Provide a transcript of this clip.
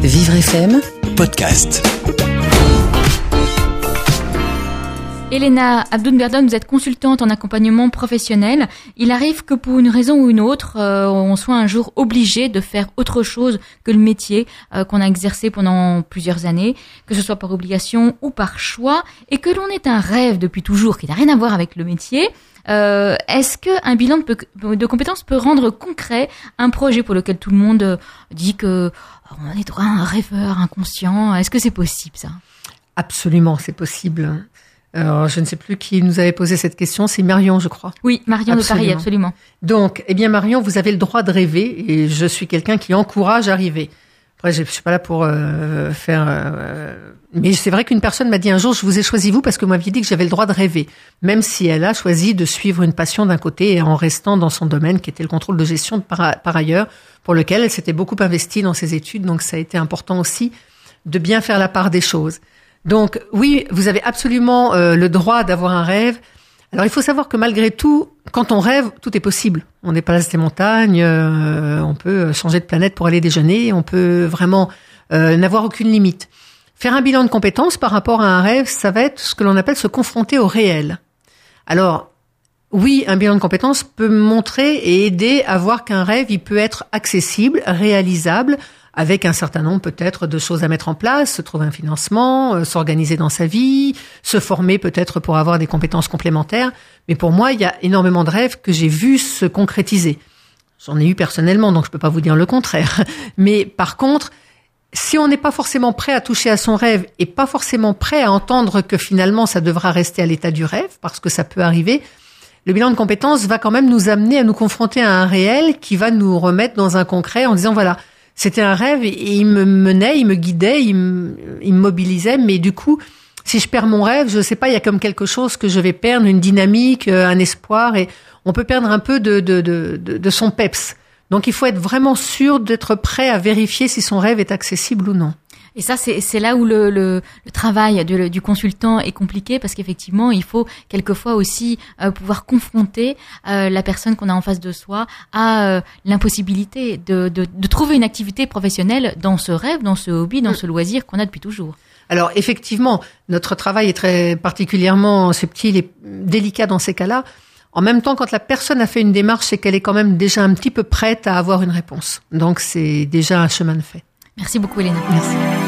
Vivre FM podcast. Elena Abdoun-Berdon, vous êtes consultante en accompagnement professionnel. Il arrive que pour une raison ou une autre, on soit un jour obligé de faire autre chose que le métier qu'on a exercé pendant plusieurs années, que ce soit par obligation ou par choix, et que l'on ait un rêve depuis toujours qui n'a rien à voir avec le métier. Est-ce qu'un bilan de compétences peut rendre concret un projet pour lequel tout le monde dit que on est droit à un rêveur inconscient? Est-ce que c'est possible, ça? Absolument, c'est possible. Alors, je ne sais plus qui nous avait posé cette question, c'est Marion, je crois. Oui, Marion de Paris, absolument. Donc, Marion, vous avez le droit de rêver, et je suis quelqu'un qui encourage à rêver. Après, je suis pas là pour mais c'est vrai qu'une personne m'a dit un jour, je vous ai choisi vous parce que vous m'aviez dit que j'avais le droit de rêver, même si elle a choisi de suivre une passion d'un côté et en restant dans son domaine, qui était le contrôle de gestion par ailleurs, pour lequel elle s'était beaucoup investie dans ses études. Donc, ça a été important aussi de bien faire la part des choses. Donc oui, vous avez absolument le droit d'avoir un rêve. Alors il faut savoir que malgré tout, quand on rêve, tout est possible. On déplace des montagnes, on peut changer de planète pour aller déjeuner, on peut vraiment n'avoir aucune limite. Faire un bilan de compétences par rapport à un rêve, ça va être ce que l'on appelle se confronter au réel. Alors oui, un bilan de compétences peut montrer et aider à voir qu'un rêve, il peut être accessible, réalisable, avec un certain nombre peut-être de choses à mettre en place, se trouver un financement, s'organiser dans sa vie, se former peut-être pour avoir des compétences complémentaires. Mais pour moi, il y a énormément de rêves que j'ai vus se concrétiser. J'en ai eu personnellement, donc je peux pas vous dire le contraire. Mais par contre, si on n'est pas forcément prêt à toucher à son rêve et pas forcément prêt à entendre que finalement ça devra rester à l'état du rêve, parce que ça peut arriver, le bilan de compétences va quand même nous amener à nous confronter à un réel qui va nous remettre dans un concret en disant voilà, c'était un rêve et il me menait, il me guidait, il me mobilisait. Mais du coup, si je perds mon rêve, je sais pas, il y a comme quelque chose que je vais perdre, une dynamique, un espoir, et on peut perdre un peu de son peps. Donc il faut être vraiment sûr d'être prêt à vérifier si son rêve est accessible ou non. Et ça, c'est là où le travail du consultant est compliqué, parce qu'effectivement, il faut quelquefois aussi pouvoir confronter la personne qu'on a en face de soi à l'impossibilité de trouver une activité professionnelle dans ce rêve, dans ce hobby, dans ce loisir qu'on a depuis toujours. Alors effectivement, notre travail est très particulièrement subtil et délicat dans ces cas-là. En même temps, quand la personne a fait une démarche, c'est qu'elle est quand même déjà un petit peu prête à avoir une réponse. Donc c'est déjà un chemin de fait. Merci beaucoup, Elena. Merci.